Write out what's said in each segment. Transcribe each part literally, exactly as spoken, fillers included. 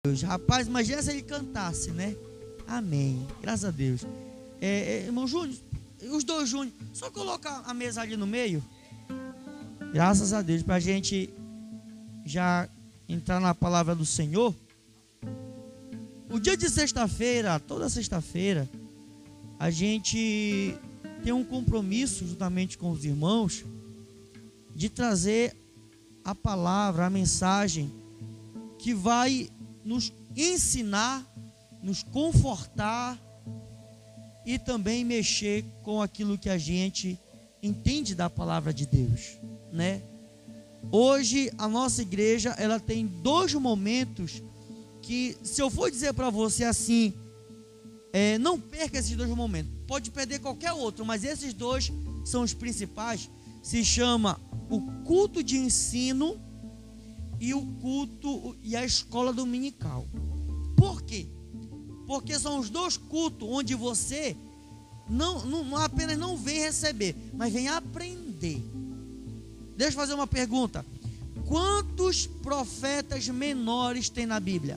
Deus. Rapaz, imagina se ele cantasse, né? Amém. Graças a Deus. É, é, irmão Júnior, os dois Júnior, só colocar a mesa ali no meio. Graças a Deus, para a gente já entrar na palavra do Senhor. O dia de sexta-feira, toda sexta-feira, a gente tem um compromisso juntamente com os irmãos de trazer a palavra, a mensagem que vai nos ensinar, nos confortar e também mexer com aquilo que a gente entende da palavra de Deus, né? Hoje a nossa igreja, ela tem dois momentos que, se eu for dizer para você assim, é, não perca esses dois momentos. Pode perder qualquer outro, mas esses dois são os principais. Se chama o culto de ensino e o culto e a escola dominical. Por quê? Porque são os dois cultos onde você não, não, não apenas não vem receber, mas vem aprender. Deixa eu fazer uma pergunta. Quantos profetas menores tem na Bíblia?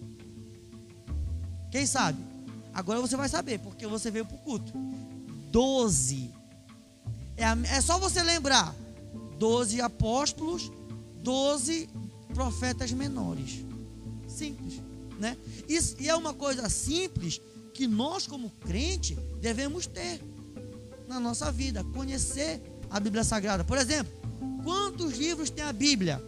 Quem sabe? Agora você vai saber, porque você veio para o culto. Doze. É, é só você lembrar. Doze apóstolos, doze profetas menores. Simples, né? Isso, e é uma coisa simples que nós, como crente, devemos ter na nossa vida. Conhecer a Bíblia Sagrada. Por exemplo, quantos livros tem a Bíblia?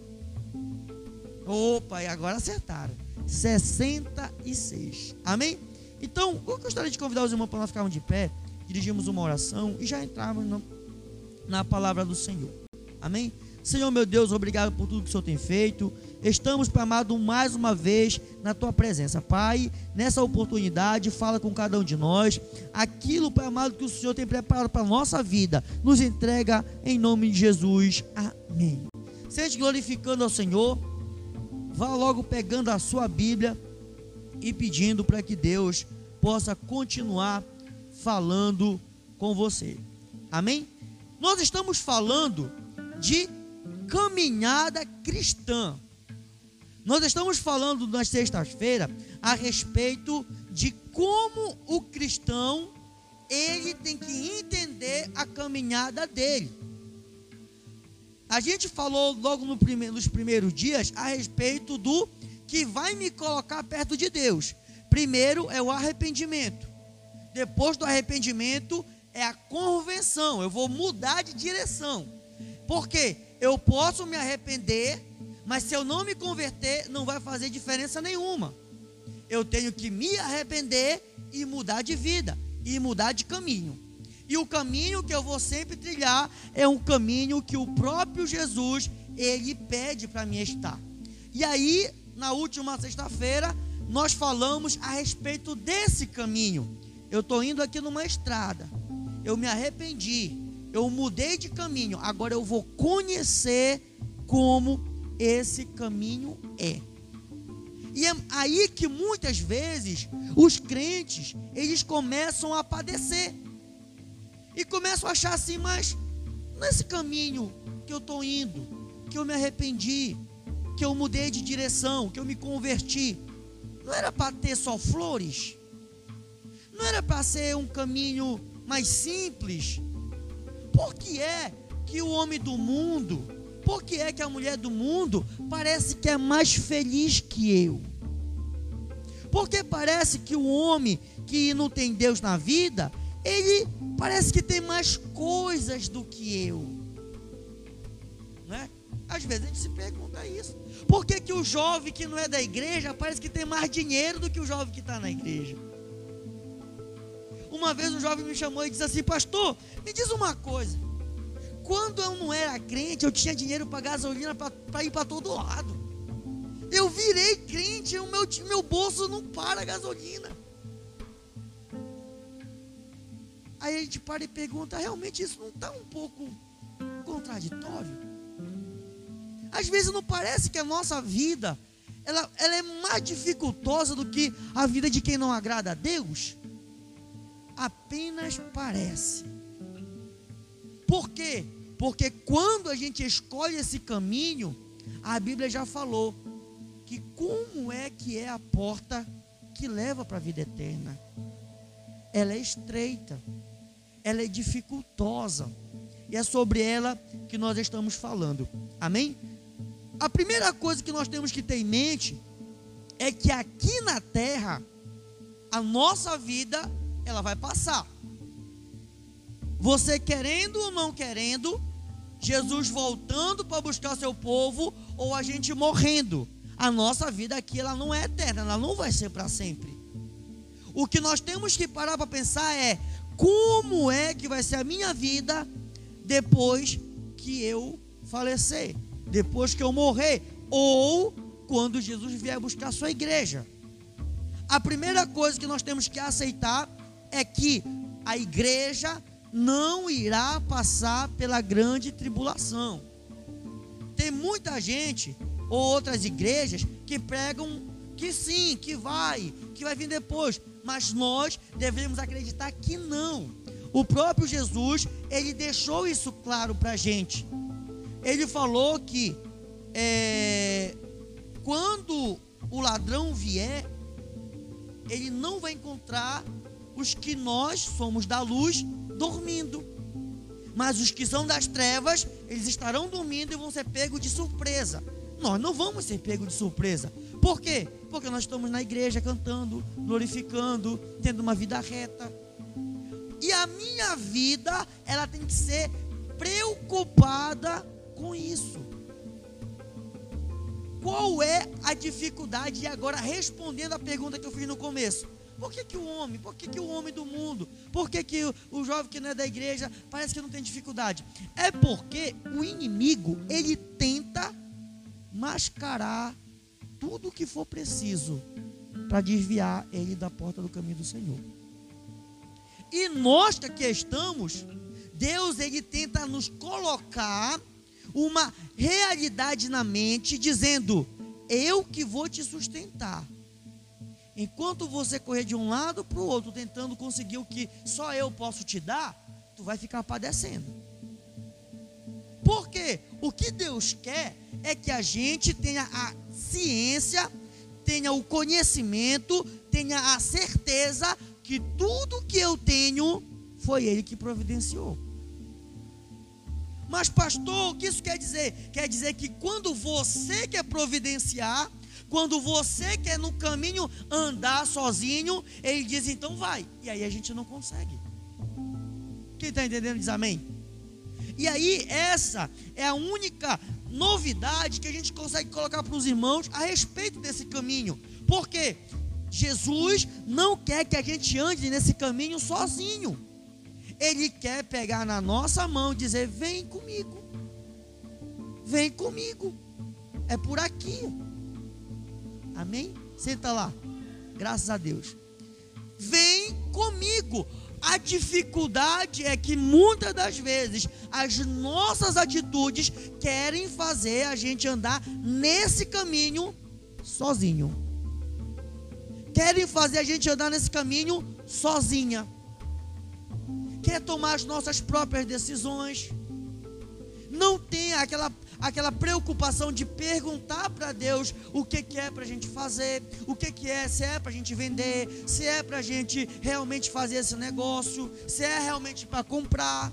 Opa, e agora acertaram. sessenta e seis. Amém? Então, eu gostaria de convidar os irmãos para nós ficarmos de pé, dirigirmos uma oração e já entrarmos no, na palavra do Senhor. Amém? Senhor meu Deus, obrigado por tudo que o Senhor tem feito. Estamos, Pai amado, mais uma vez na Tua presença. Pai, nessa oportunidade, fala com cada um de nós. Aquilo, Pai amado, que o Senhor tem preparado para a nossa vida, nos entrega em nome de Jesus. Amém. Seja glorificando ao Senhor. Vá logo pegando a sua Bíblia e pedindo para que Deus possa continuar falando com você. Amém? Nós estamos falando de caminhada cristã. Nós estamos falando na sexta-feira a respeito de como o cristão ele tem que entender a caminhada dele. A gente falou logo no primeiro, nos primeiros dias a respeito do que vai me colocar perto de Deus. Primeiro é o arrependimento. Depois do arrependimento é a conversão. Eu vou mudar de direção. Por quê? Eu posso me arrepender, mas se eu não me converter, não vai fazer diferença nenhuma. Eu tenho que me arrepender e mudar de vida, e mudar de caminho. E o caminho que eu vou sempre trilhar é um caminho que o próprio Jesus, ele pede para mim estar. E aí, na última sexta-feira, nós falamos a respeito desse caminho. Eu estou indo aqui numa estrada, eu me arrependi, eu mudei de caminho, agora eu vou conhecer como esse caminho é. E é aí que muitas vezes os crentes, eles começam a padecer. E começam a achar assim, mas nesse caminho que eu estou indo, que eu me arrependi, que eu mudei de direção, que eu me converti, não era para ter só flores? Não era para ser um caminho mais simples? Por que é que o homem do mundo, por que é que a mulher do mundo parece que é mais feliz que eu? Porque parece que o homem que não tem Deus na vida, ele parece que tem mais coisas do que eu, né? Às vezes a gente se pergunta isso. Por que que o jovem que não é da igreja parece que tem mais dinheiro do que o jovem que está na igreja? Uma vez um jovem me chamou e disse assim: pastor, me diz uma coisa, quando eu não era crente, eu tinha dinheiro para gasolina para ir para todo lado. Eu virei crente e o meu, meu bolso não para a gasolina. Aí a gente para e pergunta: realmente isso não está um pouco contraditório? Às vezes não parece que a nossa vida ela, ela é mais dificultosa do que a vida de quem não agrada a Deus? Apenas parece. Por quê? Porque quando a gente escolhe esse caminho, a Bíblia já falou que como é que é a porta que leva para a vida eterna. Ela é estreita, ela é dificultosa, e é sobre ela que nós estamos falando, amém? A primeira coisa que nós temos que ter em mente é que aqui na terra, a nossa vida, ela vai passar. Você querendo ou não querendo, Jesus voltando para buscar seu povo, ou a gente morrendo, a nossa vida aqui, ela não é eterna, ela não vai ser para sempre. O que nós temos que parar para pensar é, como é que vai ser a minha vida depois que eu falecer, depois que eu morrer, ou quando Jesus vier buscar a sua igreja. A primeira coisa que nós temos que aceitar é que a igreja não irá passar pela grande tribulação. Tem muita gente, ou outras igrejas, que pregam que sim, que vai, que vai vir depois, mas nós devemos acreditar que não. O próprio Jesus, ele deixou isso claro para a gente. Ele falou que é, quando o ladrão vier, ele não vai encontrar os que nós somos da luz dormindo, mas os que são das trevas, eles estarão dormindo e vão ser pegos de surpresa. Nós não vamos ser pegos de surpresa. Por quê? Porque nós estamos na igreja cantando, glorificando, tendo uma vida reta. E a minha vida, ela tem que ser preocupada com isso. Qual é a dificuldade? E agora, respondendo a pergunta que eu fiz no começo, por que que o homem, por que que o homem do mundo, por que que o, o jovem que não é da igreja parece que não tem dificuldade? É porque o inimigo, ele tenta mascarar tudo o que for preciso para desviar ele da porta do caminho do Senhor. E nós que aqui estamos, Deus, ele tenta nos colocar uma realidade na mente, dizendo, eu que vou te sustentar. Enquanto você correr de um lado para o outro, tentando conseguir o que só eu posso te dar, tu vai ficar padecendo. Por quê? O que Deus quer é que a gente tenha a ciência, tenha o conhecimento, tenha a certeza que tudo que eu tenho foi Ele que providenciou. Mas pastor, o que isso quer dizer? Quer dizer que quando você quer providenciar, quando você quer no caminho andar sozinho, Ele diz então vai, e aí a gente não consegue. Quem está entendendo diz amém? E aí essa é a única novidade que a gente consegue colocar para os irmãos a respeito desse caminho. Por quê? Jesus não quer que a gente ande nesse caminho sozinho. Ele quer pegar na nossa mão e dizer, vem comigo, vem comigo, é por aqui, amém? Senta lá, graças a Deus, vem comigo. A dificuldade é que muitas das vezes as nossas atitudes querem fazer a gente andar nesse caminho sozinho, querem fazer a gente andar nesse caminho sozinha, quer tomar as nossas próprias decisões, não tem aquela, aquela preocupação de perguntar para Deus o que, que é para a gente fazer, o que, que é, se é para a gente vender, se é para a gente realmente fazer esse negócio, se é realmente para comprar.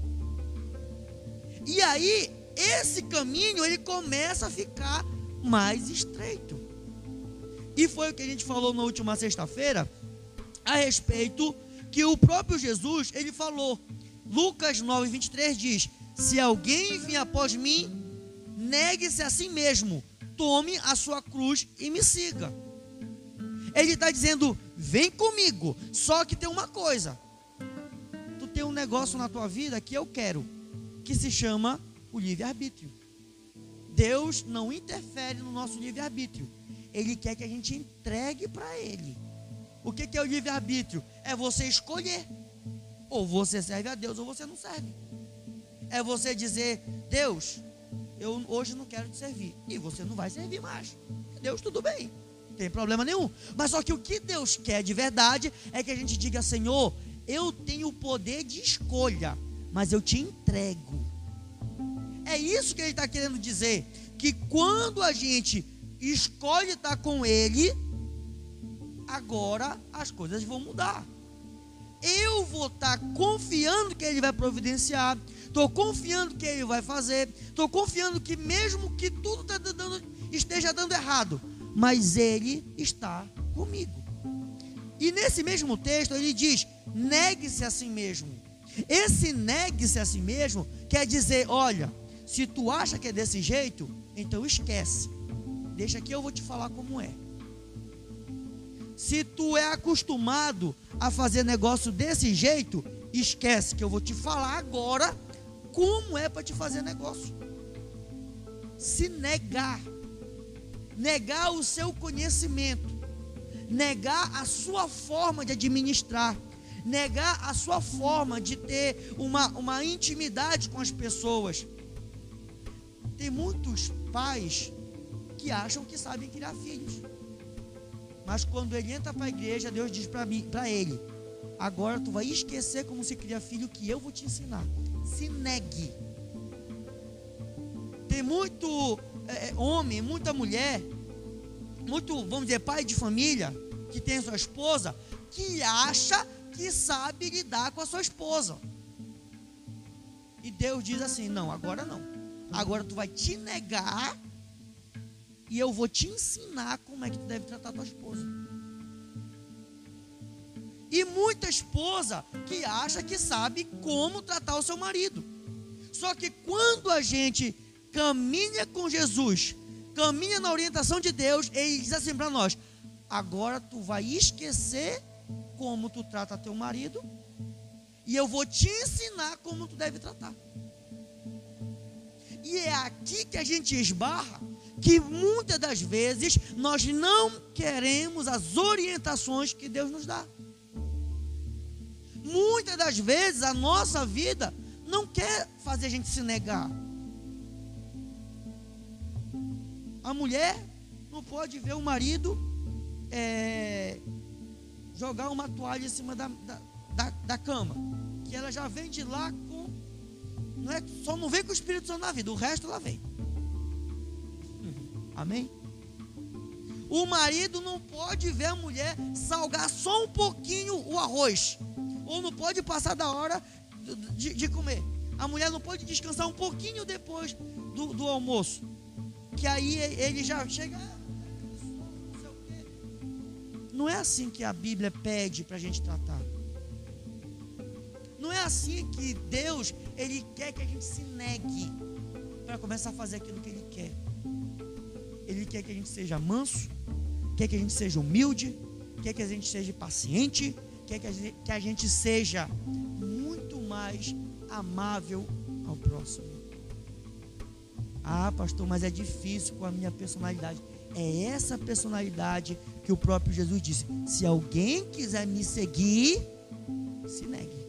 E aí, esse caminho, ele começa a ficar mais estreito. E foi o que a gente falou na última sexta-feira, a respeito que o próprio Jesus, ele falou, Lucas nove, vinte e três diz, se alguém vir após mim, negue-se a si mesmo, tome a sua cruz e me siga. Ele está dizendo, vem comigo, só que tem uma coisa, tu tem um negócio na tua vida que eu quero, que se chama o livre-arbítrio. Deus não interfere no nosso livre-arbítrio, Ele quer que a gente entregue para Ele. O que, que é o livre-arbítrio? É você escolher, ou você serve a Deus ou você não serve. É você dizer, Deus, eu hoje não quero te servir, e você não vai servir mais. Deus, tudo bem, não tem problema nenhum. Mas só que o que Deus quer de verdade é que a gente diga, Senhor, eu tenho o poder de escolha, mas eu te entrego. É isso que Ele está querendo dizer, que quando a gente escolhe estar com Ele, agora as coisas vão mudar. Eu vou estar confiando que Ele vai providenciar, estou confiando que Ele vai fazer, estou confiando que mesmo que tudo tá dando, esteja dando errado, mas Ele está comigo. E nesse mesmo texto ele diz, negue-se a si mesmo. Esse negue-se a si mesmo quer dizer, olha, se tu acha que é desse jeito, então esquece, deixa que eu vou te falar como é. Se tu é acostumado a fazer negócio desse jeito, esquece que eu vou te falar agora como é para te fazer negócio. Se negar, negar o seu conhecimento, negar a sua forma de administrar, negar a sua forma de ter uma, uma intimidade com as pessoas. Tem muitos pais que acham que sabem criar filhos, mas quando ele entra para a igreja, Deus diz para mim, para ele, agora tu vai esquecer como se cria filho, que eu vou te ensinar. Se negue. Tem muito é, homem, muita mulher, muito, vamos dizer, pai de família, que tem sua esposa, que acha que sabe lidar com a sua esposa. E Deus diz assim, não, agora não. Agora tu vai te negar e eu vou te ensinar como é que tu deve tratar a tua esposa. E muita esposa que acha que sabe como tratar o seu marido. Só que quando a gente caminha com Jesus, caminha na orientação de Deus, Ele diz assim para nós, agora tu vai esquecer como tu trata teu marido e eu vou te ensinar como tu deve tratar. E é aqui que a gente esbarra, que muitas das vezes nós não queremos as orientações que Deus nos dá. Muitas das vezes a nossa vida não quer fazer a gente se negar. A mulher não pode ver o marido é, jogar uma toalha em cima da, da, da, da cama, que ela já vem de lá com, não é, só não vem com o Espírito Santo na vida, o resto ela vem. Uhum. Amém? O marido não pode ver a mulher salgar só um pouquinho o arroz, ou não pode passar da hora de, de comer. A mulher não pode descansar um pouquinho depois do, do almoço, que aí ele já chega, não sei o quê. Não é assim que a Bíblia pede para a gente tratar. Não é assim que Deus, Ele quer que a gente se negue para começar a fazer aquilo que Ele quer. Ele quer que a gente seja manso, quer que a gente seja humilde, quer que a gente seja paciente, quer que a gente, que a gente seja muito mais amável ao próximo. Ah, pastor, mas é difícil com a minha personalidade. É essa personalidade que o próprio Jesus disse, se alguém quiser me seguir, se negue.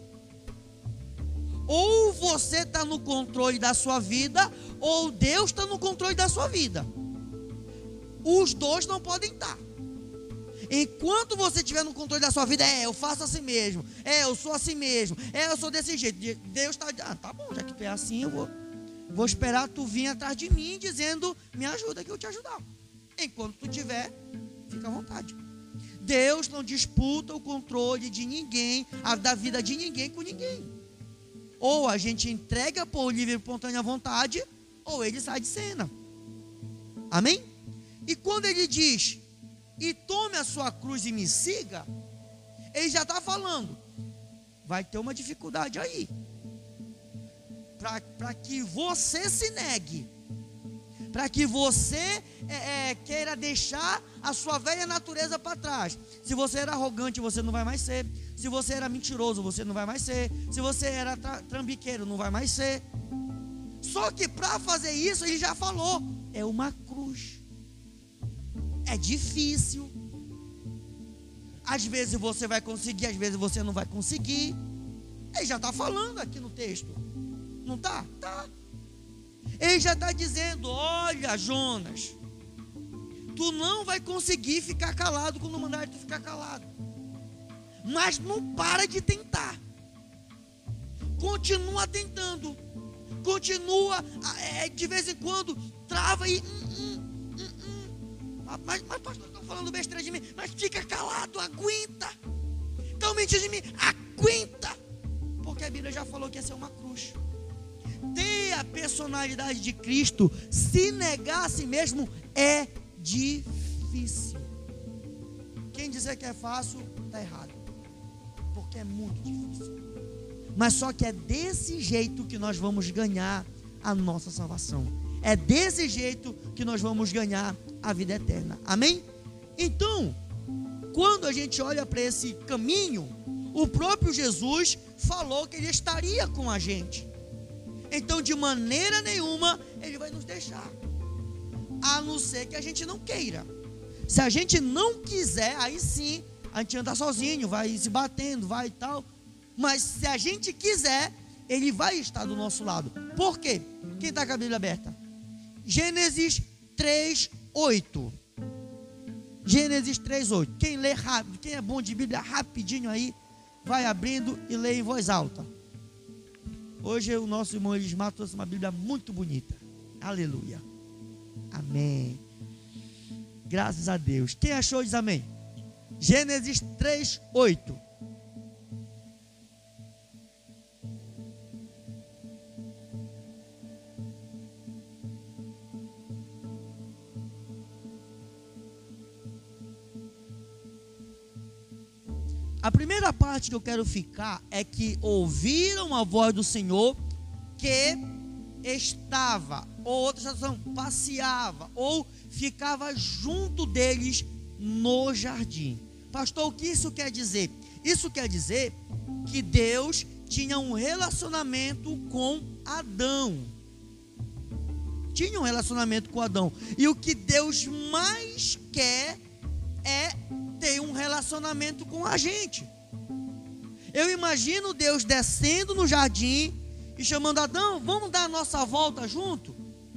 Ou você está no controle da sua vida, ou Deus está no controle da sua vida. Os dois não podem estar. Enquanto você estiver no controle da sua vida, é, eu faço assim mesmo, é, eu sou assim mesmo, é, eu sou desse jeito. Deus está, ah, tá bom, já que tu é assim, eu vou, vou esperar tu vir atrás de mim, dizendo, me ajuda que eu te ajudar. Enquanto tu tiver, fica à vontade. Deus não disputa o controle de ninguém, a, da vida de ninguém com ninguém. Ou a gente entrega por livre e espontânea vontade, ou ele sai de cena. Amém? E quando ele diz, e tome a sua cruz e me siga, ele já está falando, vai ter uma dificuldade aí, para que você se negue, para que você é, é, queira deixar a sua velha natureza para trás. Se você era arrogante, você não vai mais ser. Se você era mentiroso, você não vai mais ser. Se você era tra- trambiqueiro, não vai mais ser. Só que para fazer isso, ele já falou, é uma cruz. É difícil. Às vezes você vai conseguir, às vezes você não vai conseguir. Ele já está falando aqui no texto. Não está? Tá. Ele já está dizendo, olha, Jonas, tu não vai conseguir ficar calado quando mandar tu ficar calado. Mas não para de tentar. Continua tentando. Continua, é, de vez em quando, trava e... Hum, hum, hum, hum. Ah, mas, mas pastor, estão falando besteira de mim. Mas fica calado, aguenta. Estão mentindo de mim, aguenta. Porque a Bíblia já falou que essa é uma cruz. Ter a personalidade de Cristo, se negar a si mesmo, é difícil. Quem dizer que é fácil, está errado. Porque é muito difícil. Mas só que é desse jeito que nós vamos ganhar a nossa salvação. É desse jeito que nós vamos ganhar a vida eterna. Amém? Então, quando a gente olha para esse caminho, o próprio Jesus falou que ele estaria com a gente. Então, de maneira nenhuma, ele vai nos deixar. A não ser que a gente não queira. Se a gente não quiser, aí sim, a gente anda sozinho, vai se batendo, vai e tal. Mas se a gente quiser, ele vai estar do nosso lado. Por quê? Quem está com a Bíblia aberta? Gênesis três, oito. Gênesis três, oito. Quem lê rápido, quem é bom de Bíblia, rapidinho aí, vai abrindo e lê em voz alta. Hoje o nosso irmão Elismar trouxe uma Bíblia muito bonita. Aleluia. Amém. Graças a Deus. Quem achou diz amém. Gênesis três, oito. A primeira parte que eu quero ficar é que ouviram a voz do Senhor que estava, ou outra tradução, passeava, ou ficava junto deles no jardim. Pastor, o que isso quer dizer? Isso quer dizer que Deus tinha um relacionamento com Adão. Tinha um relacionamento com Adão. E o que Deus mais quer é ter um relacionamento com a gente. Eu imagino Deus descendo no jardim e chamando Adão, vamos dar a nossa volta junto?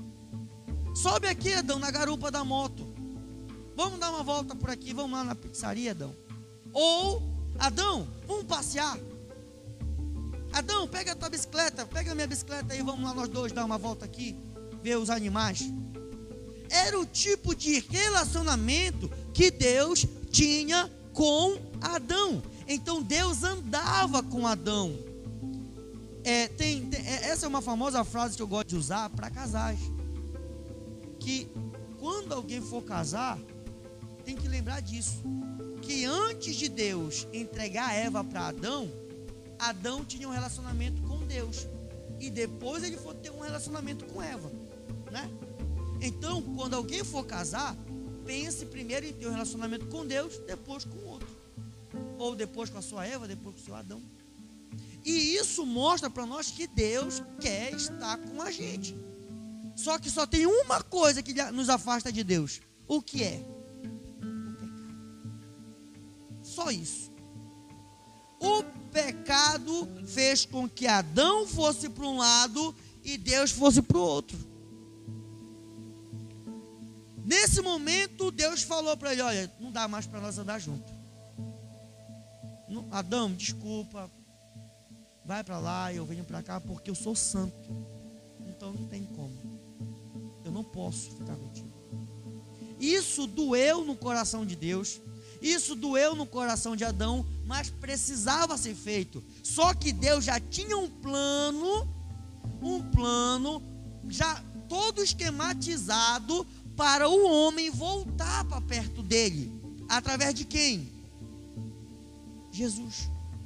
Sobe aqui, Adão, na garupa da moto. Vamos dar uma volta por aqui, vamos lá na pizzaria, Adão. Ou, Adão, vamos passear. Adão, pega a tua bicicleta, pega a minha bicicleta aí, vamos lá nós dois dar uma volta aqui, ver os animais. Era o tipo de relacionamento que Deus tinha com Adão. Então Deus andava com Adão. É, tem, tem, essa é uma famosa frase que eu gosto de usar para casais. Que quando alguém for casar, tem que lembrar disso. Que antes de Deus entregar Eva para Adão, Adão tinha um relacionamento com Deus. E depois ele foi ter um relacionamento com Eva, né? Então, quando alguém for casar, pense primeiro em ter um relacionamento com Deus, depois com o outro. Ou depois com a sua Eva, depois com o seu Adão. E isso mostra para nós que Deus quer estar com a gente. Só que só tem uma coisa que nos afasta de Deus. O que é? O pecado. Só isso. O pecado fez com que Adão fosse para um lado e Deus fosse para o outro. Nesse momento, Deus falou para ele, olha, não dá mais para nós andar junto. Adão, desculpa, vai para lá, eu venho para cá porque eu sou santo. Então não tem como. Eu não posso ficar contigo. Isso doeu no coração de Deus. Isso doeu no coração de Adão, mas precisava ser feito. Só que Deus já tinha um plano, um plano já todo esquematizado para o homem voltar para perto dele. Através de quem? Jesus.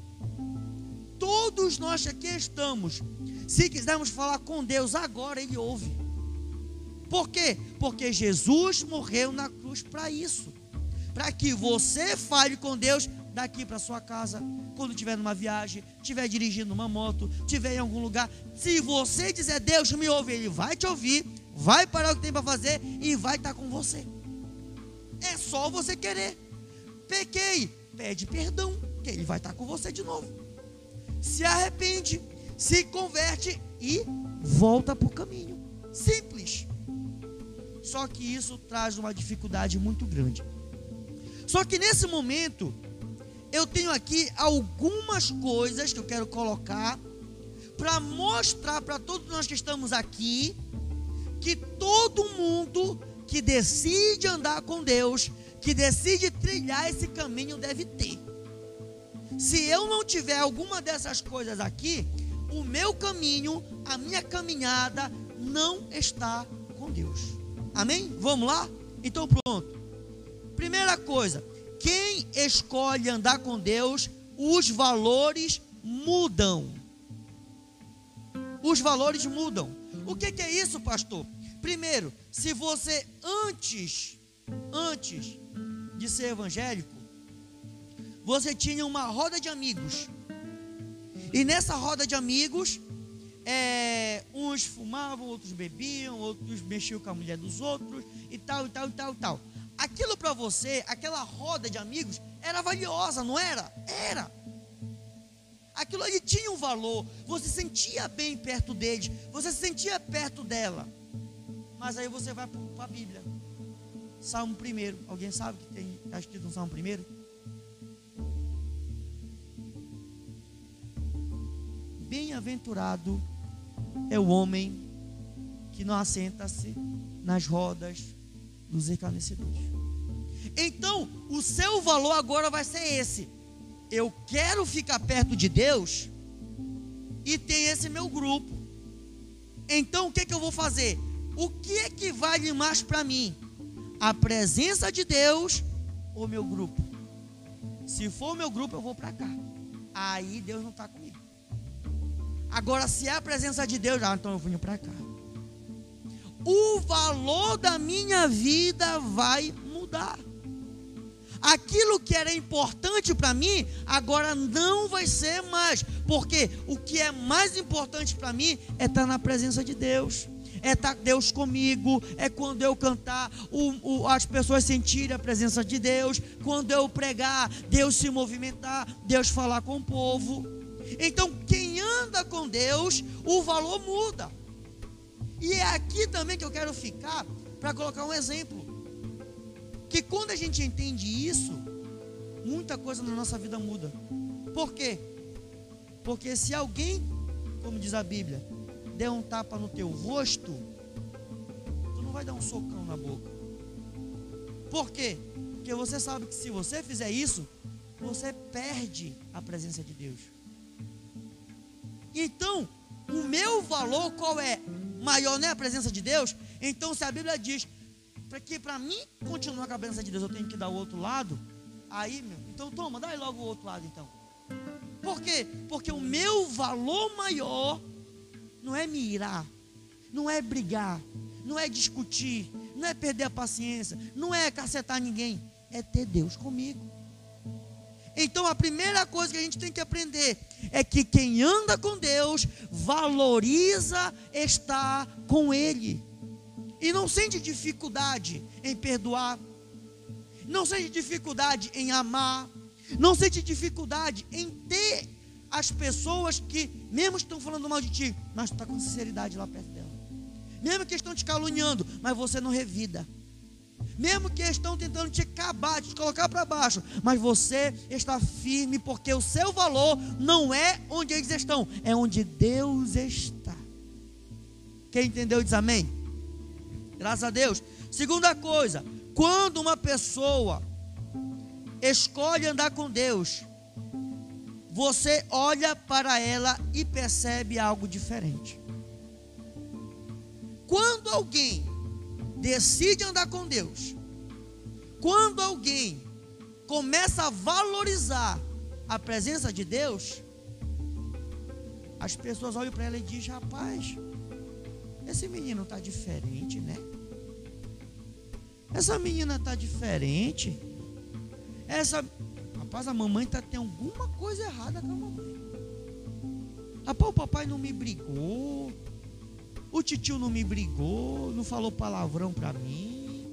Todos nós que aqui estamos, se quisermos falar com Deus agora, Ele ouve. Por quê? Porque Jesus morreu na cruz para isso. Para que você fale com Deus daqui para sua casa, quando estiver numa viagem, estiver dirigindo uma moto, estiver em algum lugar. Se você dizer, Deus me ouve, Ele vai te ouvir, vai parar o que tem para fazer e vai estar com você. É só você querer. Pequei, pede perdão, que Ele vai estar com você de novo. Se arrepende, se converte e volta para o caminho. Simples. Só que isso traz uma dificuldade muito grande. Só que nesse momento, eu tenho aqui algumas coisas que eu quero colocar para mostrar para todos nós que estamos aqui que todo mundo que decide andar com Deus, que decide trilhar esse caminho, deve ter. Se eu não tiver alguma dessas coisas aqui, o meu caminho, a minha caminhada não está com Deus. Amém? Vamos lá? Então pronto. Primeira coisa, quem escolhe andar com Deus, os valores mudam. Os valores mudam. O que, que é isso, pastor? Primeiro, se você antes, antes de ser evangélico, você tinha uma roda de amigos. E nessa roda de amigos, é, uns fumavam, outros bebiam, outros mexiam com a mulher dos outros, e tal, e tal, e tal, e tal. Aquilo para você, aquela roda de amigos, era valiosa, não era? Era. Aquilo ali tinha um valor, você se sentia bem perto deles, você se sentia perto dela. Mas aí você vai para a Bíblia. Salmo primeiro. Alguém sabe que tem, está escrito no Salmo primeiro? Bem-aventurado é o homem que não assenta-se nas rodas dos escarnecedores. Então, o seu valor agora vai ser esse. Eu quero ficar perto de Deus e tem esse meu grupo. Então, o que, que eu vou fazer? O que é que vale mais para mim? A presença de Deus ou meu grupo? Se for o meu grupo, eu vou para cá. Aí Deus não está comigo. Agora, se é a presença de Deus, ah, então eu vim para cá. O valor da minha vida vai mudar. Aquilo que era importante para mim, agora não vai ser mais. Porque o que é mais importante para mim é estar na presença de Deus. É estar Deus comigo. É quando eu cantar, o, o, as pessoas sentirem a presença de Deus. Quando eu pregar, Deus se movimentar, Deus falar com o povo. Então, quem anda com Deus, o valor muda. E é aqui também que eu quero ficar para colocar um exemplo. Que quando a gente entende isso, muita coisa na nossa vida muda. Por quê? Porque se alguém, como diz a Bíblia, der um tapa no teu rosto, tu não vai dar um socão na boca. Por quê? Porque você sabe que se você fizer isso, você perde a presença de Deus. Então, o meu valor qual é? Maior não é a presença de Deus? Então, se a Bíblia diz para que para mim continuar com a presença de Deus eu tenho que dar o outro lado, aí, meu, então toma, dá aí logo o outro lado então. Por quê? Porque o meu valor maior não é me irar, não é brigar, não é discutir, não é perder a paciência, não é cacetar ninguém, é ter Deus comigo. Então a primeira coisa que a gente tem que aprender é que quem anda com Deus valoriza estar com Ele. E não sente dificuldade em perdoar, não sente dificuldade em amar, não sente dificuldade em ter as pessoas que, mesmo estão falando mal de ti, mas tu está com sinceridade lá perto dela. Mesmo que estão te caluniando, mas você não revida. Mesmo que estão tentando te acabar, te colocar para baixo, mas você está firme, porque o seu valor não é onde eles estão, é onde Deus está. Quem entendeu diz amém? Graças a Deus. Segunda coisa, quando uma pessoa escolhe andar com Deus, você olha para ela e percebe algo diferente. Quando alguém decide andar com Deus, quando alguém começa a valorizar a presença de Deus, as pessoas olham para ela e dizem: rapaz, esse menino está diferente, né? Essa menina está diferente. Essa, rapaz, a mamãe tá, tem alguma coisa errada com a mamãe. Rapaz, o papai não me brigou, o titio não me brigou, não falou palavrão para mim.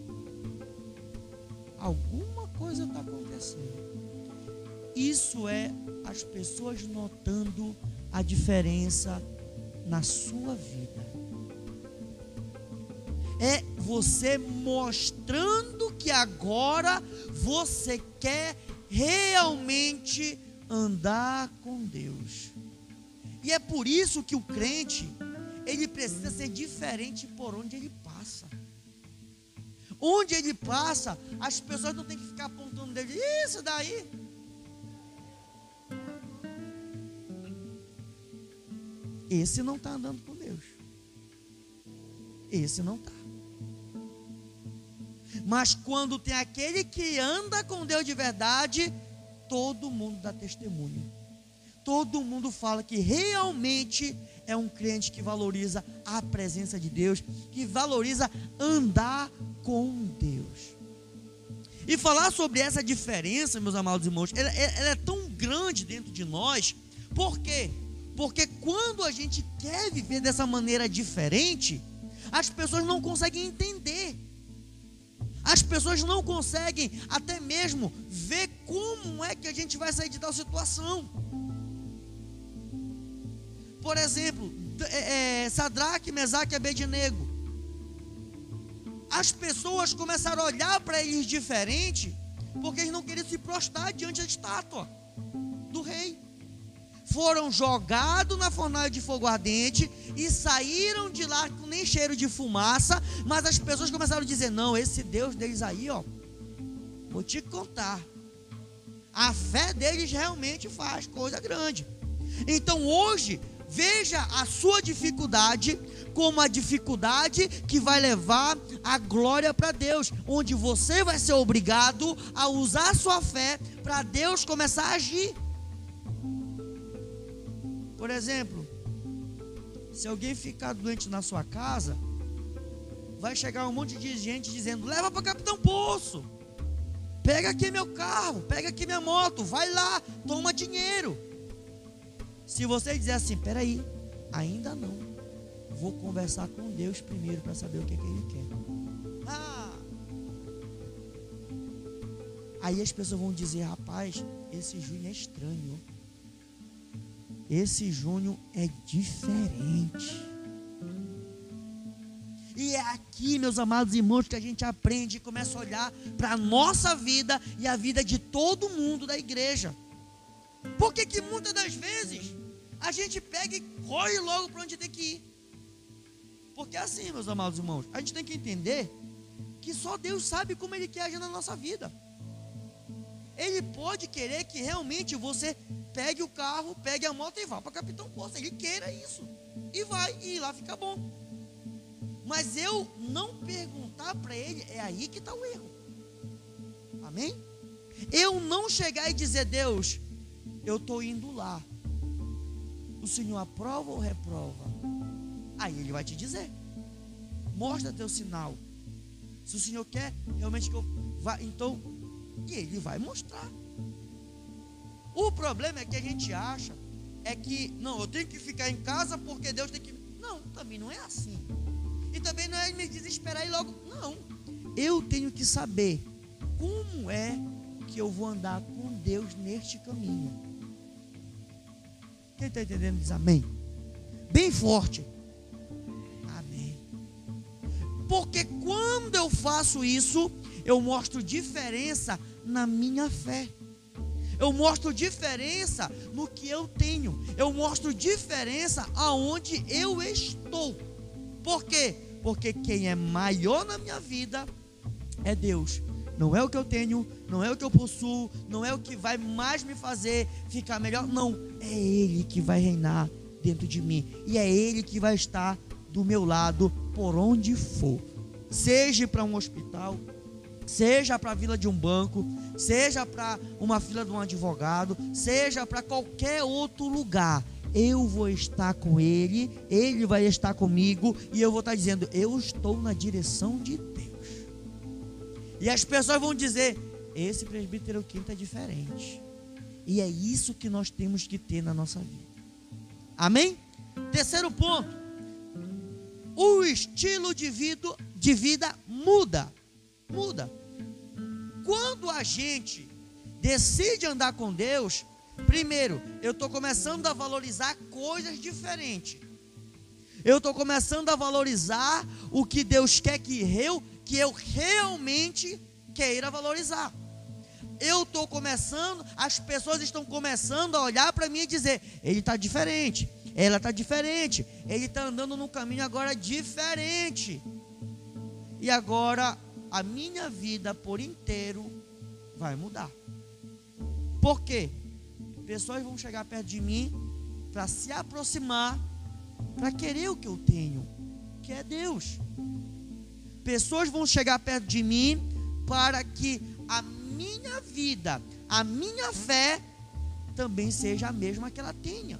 Alguma coisa está acontecendo. Isso é as pessoas notando a diferença na sua vida. É você mostrando que agora você quer realmente andar com Deus. E é por isso que o crente, ele precisa ser diferente por onde ele passa. Onde ele passa, as pessoas não têm que ficar apontando o dedo. Isso daí. Esse não está andando com Deus. Esse não está. Mas quando tem aquele que anda com Deus de verdade, todo mundo dá testemunho. Todo mundo fala que realmente é um crente que valoriza a presença de Deus, que valoriza andar com Deus. E falar sobre essa diferença, meus amados irmãos, ela, ela é tão grande dentro de nós. Por quê? Porque quando a gente quer viver dessa maneira diferente, as pessoas não conseguem entender. As pessoas não conseguem até mesmo ver como é que a gente vai sair de tal situação. Por exemplo, é, é, Sadraque, Mesaque e Abednego. As pessoas começaram a olhar para eles diferente, porque eles não queriam se prostrar diante da estátua do rei. Foram jogados na fornalha de fogo ardente e saíram de lá com nem cheiro de fumaça. Mas as pessoas começaram a dizer: não, esse Deus deles aí, ó, vou te contar, a fé deles realmente faz coisa grande. Então hoje, veja a sua dificuldade como a dificuldade que vai levar a glória para Deus, onde você vai ser obrigado a usar a sua fé para Deus começar a agir. Por exemplo, se alguém ficar doente na sua casa, vai chegar um monte de gente dizendo: leva para Capitão Poço, pega aqui meu carro, pega aqui minha moto, vai lá, toma dinheiro. Se você dizer assim: peraí, ainda não, vou conversar com Deus primeiro para saber o que, é que Ele quer. Ah. Aí as pessoas vão dizer: rapaz, esse Júnior é estranho, esse Júnior é diferente. E é aqui, meus amados irmãos, que a gente aprende e começa a olhar para a nossa vida e a vida de todo mundo da igreja. Por que que muitas das vezes a gente pega e corre logo para onde tem que ir? Porque assim, meus amados irmãos, a gente tem que entender que só Deus sabe como Ele quer agir na nossa vida. Ele pode querer que realmente você pegue o carro, pegue a moto e vá para Capitão Poço. Ele queira isso. E vai, e lá fica bom. Mas eu não perguntar para Ele, é aí que está o erro. Amém? Eu não chegar e dizer: Deus, eu estou indo lá, o Senhor aprova ou reprova? Aí Ele vai te dizer: mostra teu sinal. Se o Senhor quer realmente que eu vá, então, e Ele vai mostrar. O problema é que a gente acha é que, não, eu tenho que ficar em casa porque Deus tem que... Não, também não é assim. E também não é me desesperar e logo... Não, eu tenho que saber como é que eu vou andar com Deus neste caminho. Quem está entendendo diz amém. Bem forte. Amém. Porque quando eu faço isso, eu mostro diferença na minha fé. Eu mostro diferença no que eu tenho. Eu mostro diferença aonde eu estou. Por quê? Porque quem é maior na minha vida é Deus. Não é o que eu tenho, não é o que eu possuo, não é o que vai mais me fazer ficar melhor. Não, é Ele que vai reinar dentro de mim. E é Ele que vai estar do meu lado por onde for. Seja para um hospital, seja para a fila de um banco, seja para uma fila de um advogado, seja para qualquer outro lugar, eu vou estar com Ele, Ele vai estar comigo, e eu vou estar dizendo: eu estou na direção de Deus. E as pessoas vão dizer: esse presbítero Quinto é diferente. E é isso que nós temos que ter na nossa vida. Amém? Terceiro ponto: o estilo de vida, de vida muda. Muda. Quando a gente decide andar com Deus, primeiro, eu estou começando a valorizar coisas diferentes. Eu estou começando a valorizar o que Deus quer que eu, que eu realmente queira valorizar. Eu estou começando, as pessoas estão começando a olhar para mim e dizer: ele está diferente, ela está diferente, ele está andando num caminho agora diferente. E agora a minha vida por inteiro vai mudar. Por quê? Pessoas vão chegar perto de mim para se aproximar, para querer o que eu tenho, que é Deus. Pessoas vão chegar perto de mim para que a minha vida, a minha fé também seja a mesma que ela tenha.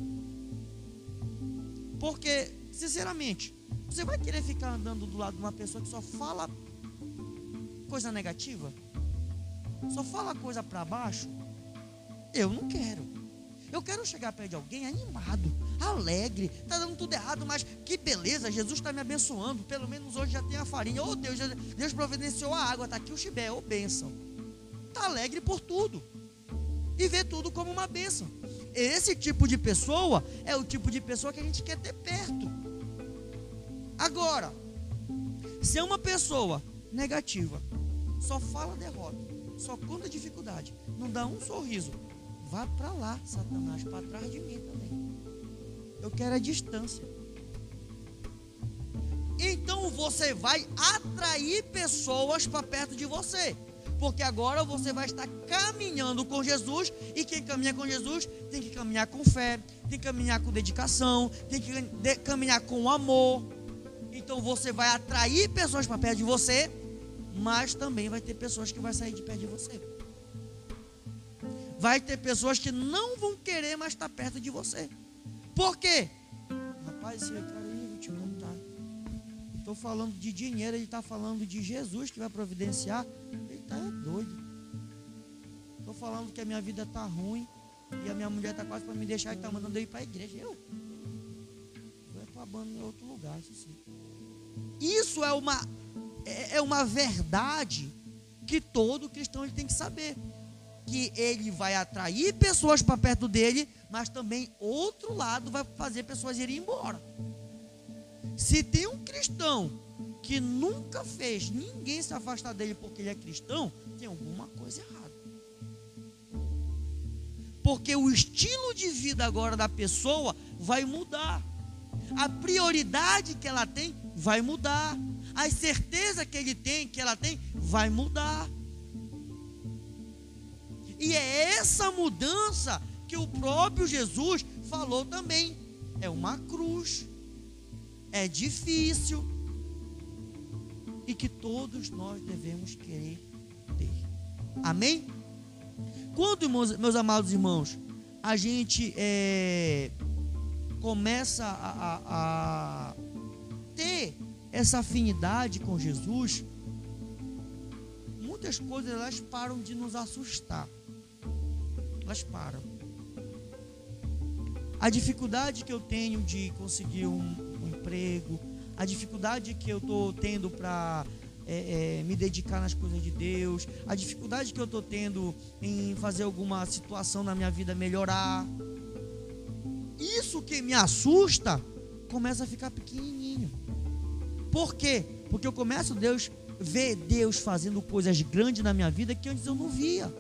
Porque, sinceramente, você vai querer ficar andando do lado de uma pessoa que só fala coisa negativa? Só fala coisa para baixo? Eu não quero. Eu quero chegar perto de alguém animado, alegre. Está dando tudo errado, mas que beleza, Jesus está me abençoando. Pelo menos hoje já tem a farinha. Oh Deus, Deus providenciou a água, está aqui o chibé, ô oh, bênção. Está alegre por tudo e vê tudo como uma bênção. Esse tipo de pessoa é o tipo de pessoa que a gente quer ter perto. Agora, se é uma pessoa negativa, só fala derrota, só conta dificuldade, não dá um sorriso, vá para lá, Satanás, para trás de mim também. Eu quero a distância. Então você vai atrair pessoas para perto de você, porque agora você vai estar caminhando com Jesus, e quem caminha com Jesus tem que caminhar com fé, tem que caminhar com dedicação, tem que de- caminhar com amor. Então você vai atrair pessoas para perto de você, mas também vai ter pessoas que vão sair de perto de você. Vai ter pessoas que não vão querer mais estar perto de você. Por quê? Rapaz, esse cara aí, vou te contar. Estou falando de dinheiro, ele está falando de Jesus que vai providenciar. Ele está é doido. Estou falando que a minha vida está ruim e a minha mulher está quase para me deixar e está mandando eu ir para a igreja. Eu vou para a banda em outro lugar, isso sim. Isso é uma, é uma verdade que todo cristão ele tem que saber. Que ele vai atrair pessoas para perto dele, mas também outro lado vai fazer pessoas irem embora. Se tem um cristão que nunca fez ninguém se afastar dele porque ele é cristão, tem alguma coisa errada. Porque o estilo de vida agora da pessoa vai mudar. A prioridade que ela tem vai mudar. A certeza que ele tem, que ela tem, vai mudar. E é essa mudança que o próprio Jesus falou também. É uma cruz, é difícil, e que todos nós devemos querer ter. Amém? Quando, meus, meus amados irmãos, a gente é, começa a, a, a ter essa afinidade com Jesus, muitas coisas elas param de nos assustar. Elas param. A dificuldade que eu tenho de conseguir um, um emprego, a dificuldade que eu estou tendo para é, é, me dedicar nas coisas de Deus, a dificuldade que eu estou tendo em fazer alguma situação na minha vida melhorar, isso que me assusta começa a ficar pequenininho. Por quê? Porque eu começo a Deus, ver Deus fazendo coisas grandes na minha vida que antes eu não via.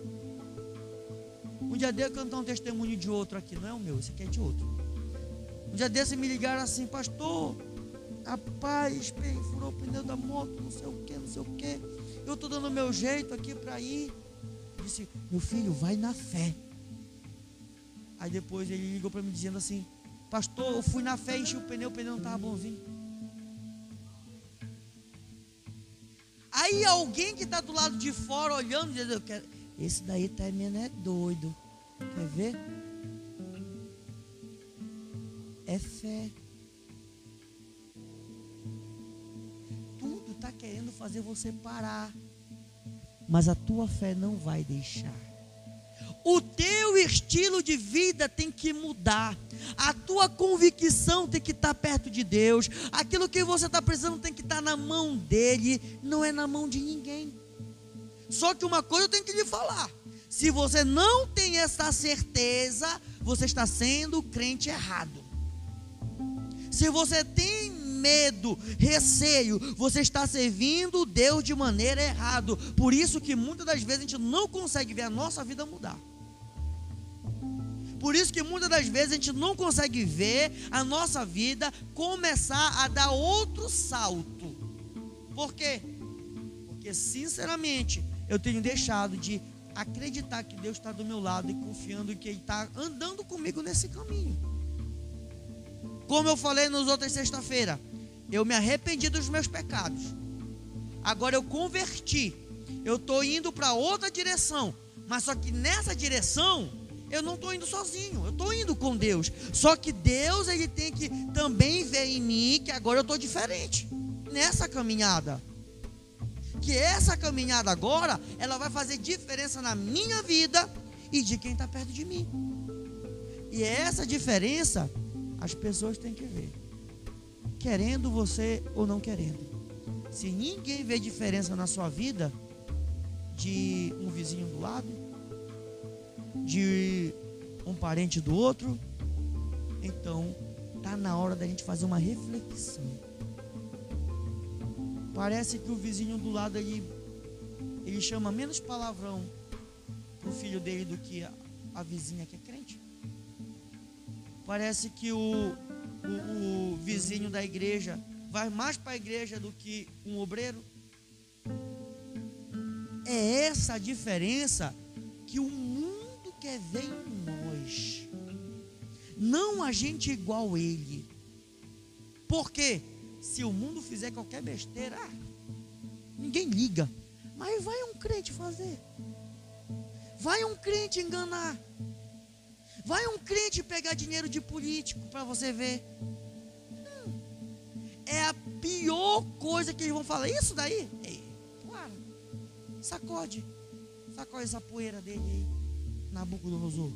Um dia desse eu cantar um testemunho de outro aqui, não é o meu, esse aqui é de outro. Um dia desse me ligaram assim: pastor, rapaz, furou o pneu da moto, não sei o que, não sei o que, eu estou dando o meu jeito aqui para ir. Eu disse: meu filho, vai na fé. Aí depois ele ligou para mim dizendo assim: pastor, eu fui na fé, enchi o pneu, o pneu não estava bonzinho. Aí alguém que está do lado de fora olhando, diz: eu quero, esse daí também é doido. Quer ver? É fé. Tudo está querendo fazer você parar, mas a tua fé não vai deixar. O teu estilo de vida tem que mudar. A tua convicção tem que estar perto de Deus. Aquilo que você está precisando tem que estar na mão dele, não é na mão de ninguém. Só que uma coisa eu tenho que lhe falar: se você não tem essa certeza, você está sendo crente errado. Se você tem medo, receio, você está servindo Deus de maneira errada. Por isso que muitas das vezes a gente não consegue ver a nossa vida mudar. Por isso que muitas das vezes a gente não consegue ver a nossa vida começar a dar outro salto. Por quê? Porque, sinceramente, eu tenho deixado de acreditar que Deus está do meu lado e confiando que Ele está andando comigo nesse caminho. Como eu falei nas outras sexta-feira, eu me arrependi dos meus pecados. Agora eu converti. Eu estou indo para outra direção. Mas só que nessa direção, eu não estou indo sozinho. Eu estou indo com Deus. Só que Deus, Ele tem que também ver em mim que agora eu estou diferente nessa caminhada. Que essa caminhada agora, ela vai fazer diferença na minha vida e de quem está perto de mim. E essa diferença, as pessoas têm que ver. Querendo você ou não querendo. Se ninguém vê diferença na sua vida, de um vizinho do lado, de um parente do outro, então está na hora da gente fazer uma reflexão. Parece que o vizinho do lado ele, ele chama menos palavrão pro filho dele do que a, a vizinha que é crente. Parece que o, o, o vizinho da igreja vai mais para a igreja do que um obreiro. É essa a diferença que o mundo quer ver em nós. Não a gente igual a ele. Por quê? Se o mundo fizer qualquer besteira, ah, ninguém liga. Mas vai um crente fazer. Vai um crente enganar. Vai um crente pegar dinheiro de político para você ver. Hum, é a pior coisa que eles vão falar. Isso daí? Ei, claro. Sacode. Sacode essa poeira dele aí. Nabucodonosor.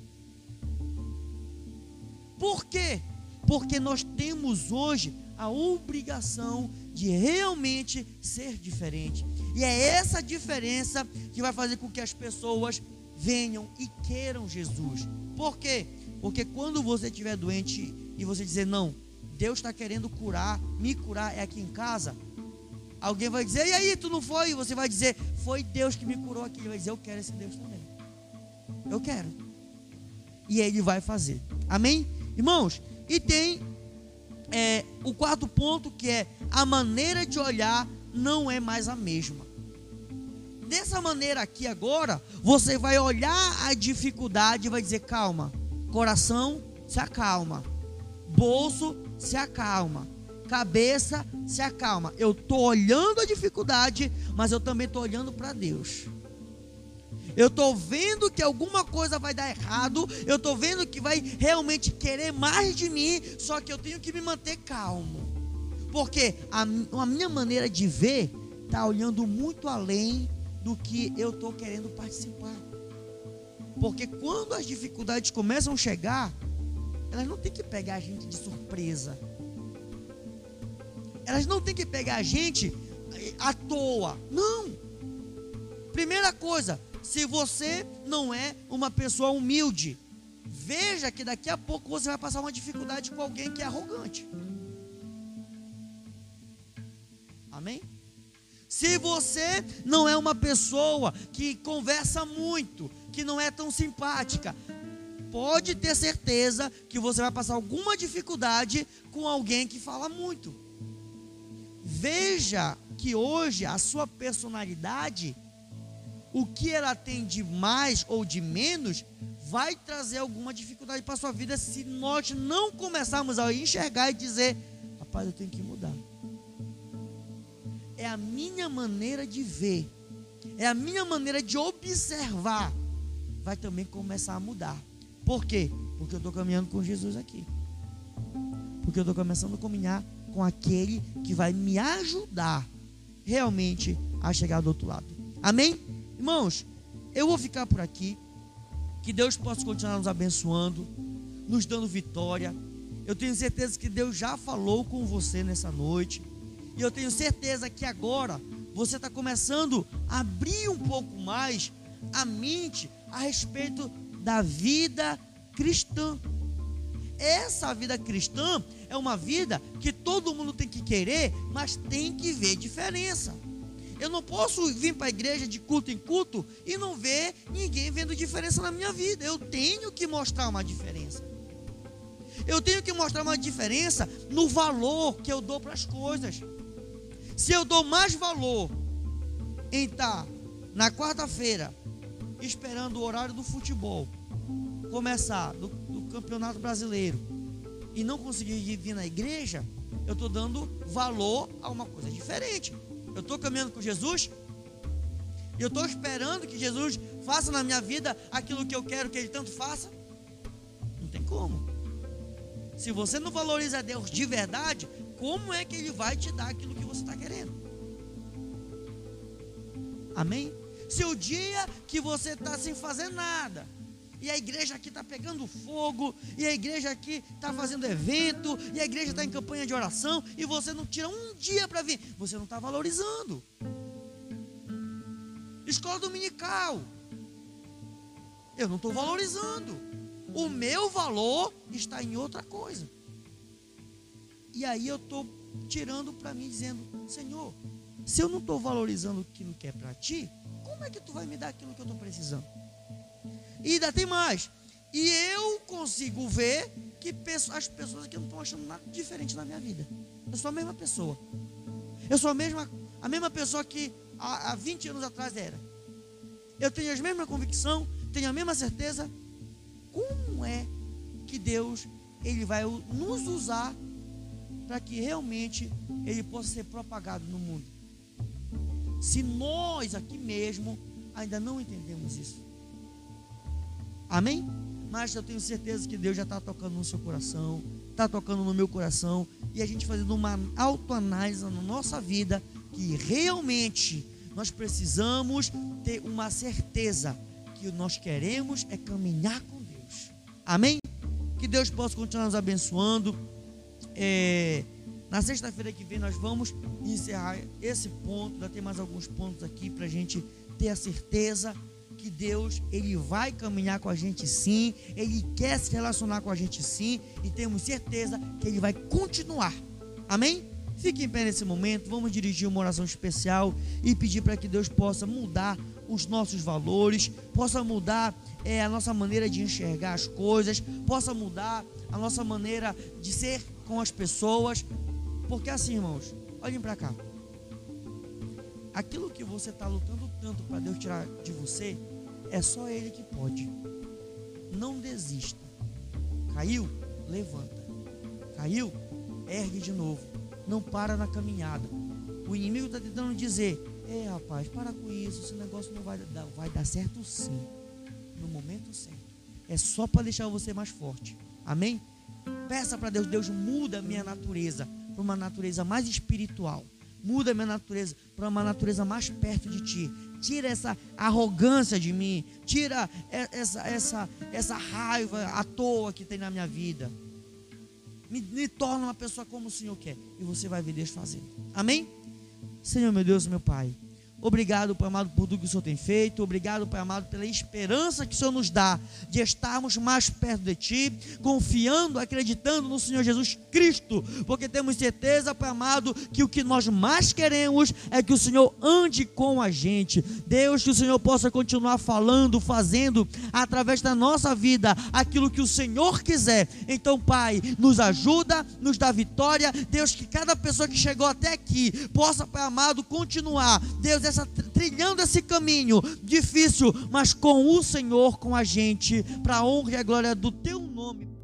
Por quê? Porque nós temos hoje a obrigação de realmente ser diferente. E é essa diferença que vai fazer com que as pessoas venham e queiram Jesus. Por quê? Porque quando você estiver doente e você dizer, não, Deus está querendo curar, me curar é aqui em casa, alguém vai dizer, e aí, tu não foi? E você vai dizer, foi Deus que me curou aqui. Ele vai dizer, eu quero esse Deus também. Eu quero. E Ele vai fazer. Amém? Irmãos, e tem é, o quarto ponto, que é a maneira de olhar não é mais a mesma. Dessa maneira aqui agora, você vai olhar a dificuldade e vai dizer, calma, coração se acalma, bolso se acalma, cabeça se acalma. Eu estou olhando a dificuldade, mas eu também estou olhando para Deus. Eu estou vendo que alguma coisa vai dar errado, eu estou vendo que vai realmente querer mais de mim, só que eu tenho que me manter calmo. Porque a, a minha maneira de ver está olhando muito além do que eu estou querendo participar. Porque quando as dificuldades começam a chegar, elas não têm que pegar a gente de surpresa. Elas não têm que pegar a gente à toa. Não. Primeira coisa, se você não é uma pessoa humilde, veja que daqui a pouco você vai passar uma dificuldade com alguém que é arrogante. Amém? Se você não é uma pessoa que conversa muito, que não é tão simpática, pode ter certeza que você vai passar alguma dificuldade com alguém que fala muito. Veja que hoje a sua personalidade, o que ela tem de mais ou de menos, vai trazer alguma dificuldade para a sua vida se nós não começarmos a enxergar e dizer, rapaz, eu tenho que mudar. É a minha maneira de ver, é a minha maneira de observar, vai também começar a mudar. Por quê? Porque eu estou caminhando com Jesus aqui. Porque eu estou começando a caminhar com aquele que vai me ajudar realmente a chegar do outro lado. Amém? Irmãos, eu vou ficar por aqui. Que Deus possa continuar nos abençoando, nos dando vitória. Eu tenho certeza que Deus já falou com você nessa noite. E eu tenho certeza que agora você está começando a abrir um pouco mais a mente a respeito da vida cristã. Essa vida cristã é uma vida que todo mundo tem que querer, mas tem que ver diferença. Eu não posso vir para a igreja de culto em culto e não ver ninguém vendo diferença na minha vida. Eu tenho que mostrar uma diferença. Eu tenho que mostrar uma diferença no valor que eu dou para as coisas. Se eu dou mais valor em estar na quarta-feira esperando o horário do futebol começar, do, do campeonato brasileiro, e não conseguir vir na igreja, eu estou dando valor a uma coisa diferente. Eu estou caminhando com Jesus, eu estou esperando que Jesus faça na minha vida aquilo que eu quero que Ele tanto faça. Não tem como. Se você não valoriza Deus de verdade, como é que Ele vai te dar aquilo que você está querendo? Amém? Se o dia que você está sem fazer nada, e a igreja aqui está pegando fogo, e a igreja aqui está fazendo evento, e a igreja está em campanha de oração, e você não tira um dia para vir, você não está valorizando. Escola dominical, eu não estou valorizando. O meu valor está em outra coisa. E aí eu estou tirando para mim, dizendo: Senhor, se eu não estou valorizando aquilo que é para ti, como é que tu vai me dar aquilo que eu estou precisando? E ainda tem mais. E eu consigo ver que as pessoas aqui não estão achando nada diferente na minha vida. Eu sou a mesma pessoa. Eu sou a mesma, a mesma pessoa que há, há vinte anos atrás era. Eu tenho a mesma convicção, tenho a mesma certeza. Como é que Deus Ele vai nos usar para que realmente Ele possa ser propagado no mundo? Se nós aqui mesmo ainda não entendemos isso. Amém? Mas eu tenho certeza que Deus já está tocando no seu coração, está tocando no meu coração, e a gente fazendo uma autoanálise na nossa vida, que realmente nós precisamos ter uma certeza que nós queremos é caminhar com Deus. Amém? Que Deus possa continuar nos abençoando. É, na sexta-feira que vem nós vamos encerrar esse ponto. Ainda tem mais alguns pontos aqui para a gente ter a certeza que Deus, Ele vai caminhar com a gente sim, Ele quer se relacionar com a gente sim, e temos certeza que Ele vai continuar. Amém? Fique em pé nesse momento, vamos dirigir uma oração especial e pedir para que Deus possa mudar os nossos valores, possa mudar é, a nossa maneira de enxergar as coisas, possa mudar a nossa maneira de ser com as pessoas, porque assim, irmãos, olhem para cá, aquilo que você está lutando tanto para Deus tirar de você, é só Ele que pode. Não desista. Caiu? Levanta. Caiu? Ergue de novo. Não para na caminhada. O inimigo está tentando dizer: é, rapaz, para com isso, esse negócio não vai dar, vai dar certo sim, no momento certo. É só para deixar você mais forte. Amém? Peça para Deus: Deus, muda a minha natureza para uma natureza mais espiritual. Muda a minha natureza para uma natureza mais perto de Ti. Tira essa arrogância de mim. Tira essa, essa, essa raiva à toa que tem na minha vida. Me, me torna uma pessoa como o Senhor quer. E você vai ver Deus fazendo. Amém? Senhor, meu Deus, meu Pai, obrigado, Pai amado, por tudo que o Senhor tem feito. Obrigado, Pai amado, pela esperança que o Senhor nos dá de estarmos mais perto de Ti, confiando, acreditando no Senhor Jesus Cristo, porque temos certeza, Pai amado, que o que nós mais queremos é que o Senhor ande com a gente. Deus, que o Senhor possa continuar falando, fazendo através da nossa vida aquilo que o Senhor quiser. Então, Pai, nos ajuda, nos dá vitória. Deus, que cada pessoa que chegou até aqui possa, Pai amado, continuar, Deus, essa, trilhando esse caminho difícil, mas com o Senhor, com a gente, para a honra e a glória do Teu nome.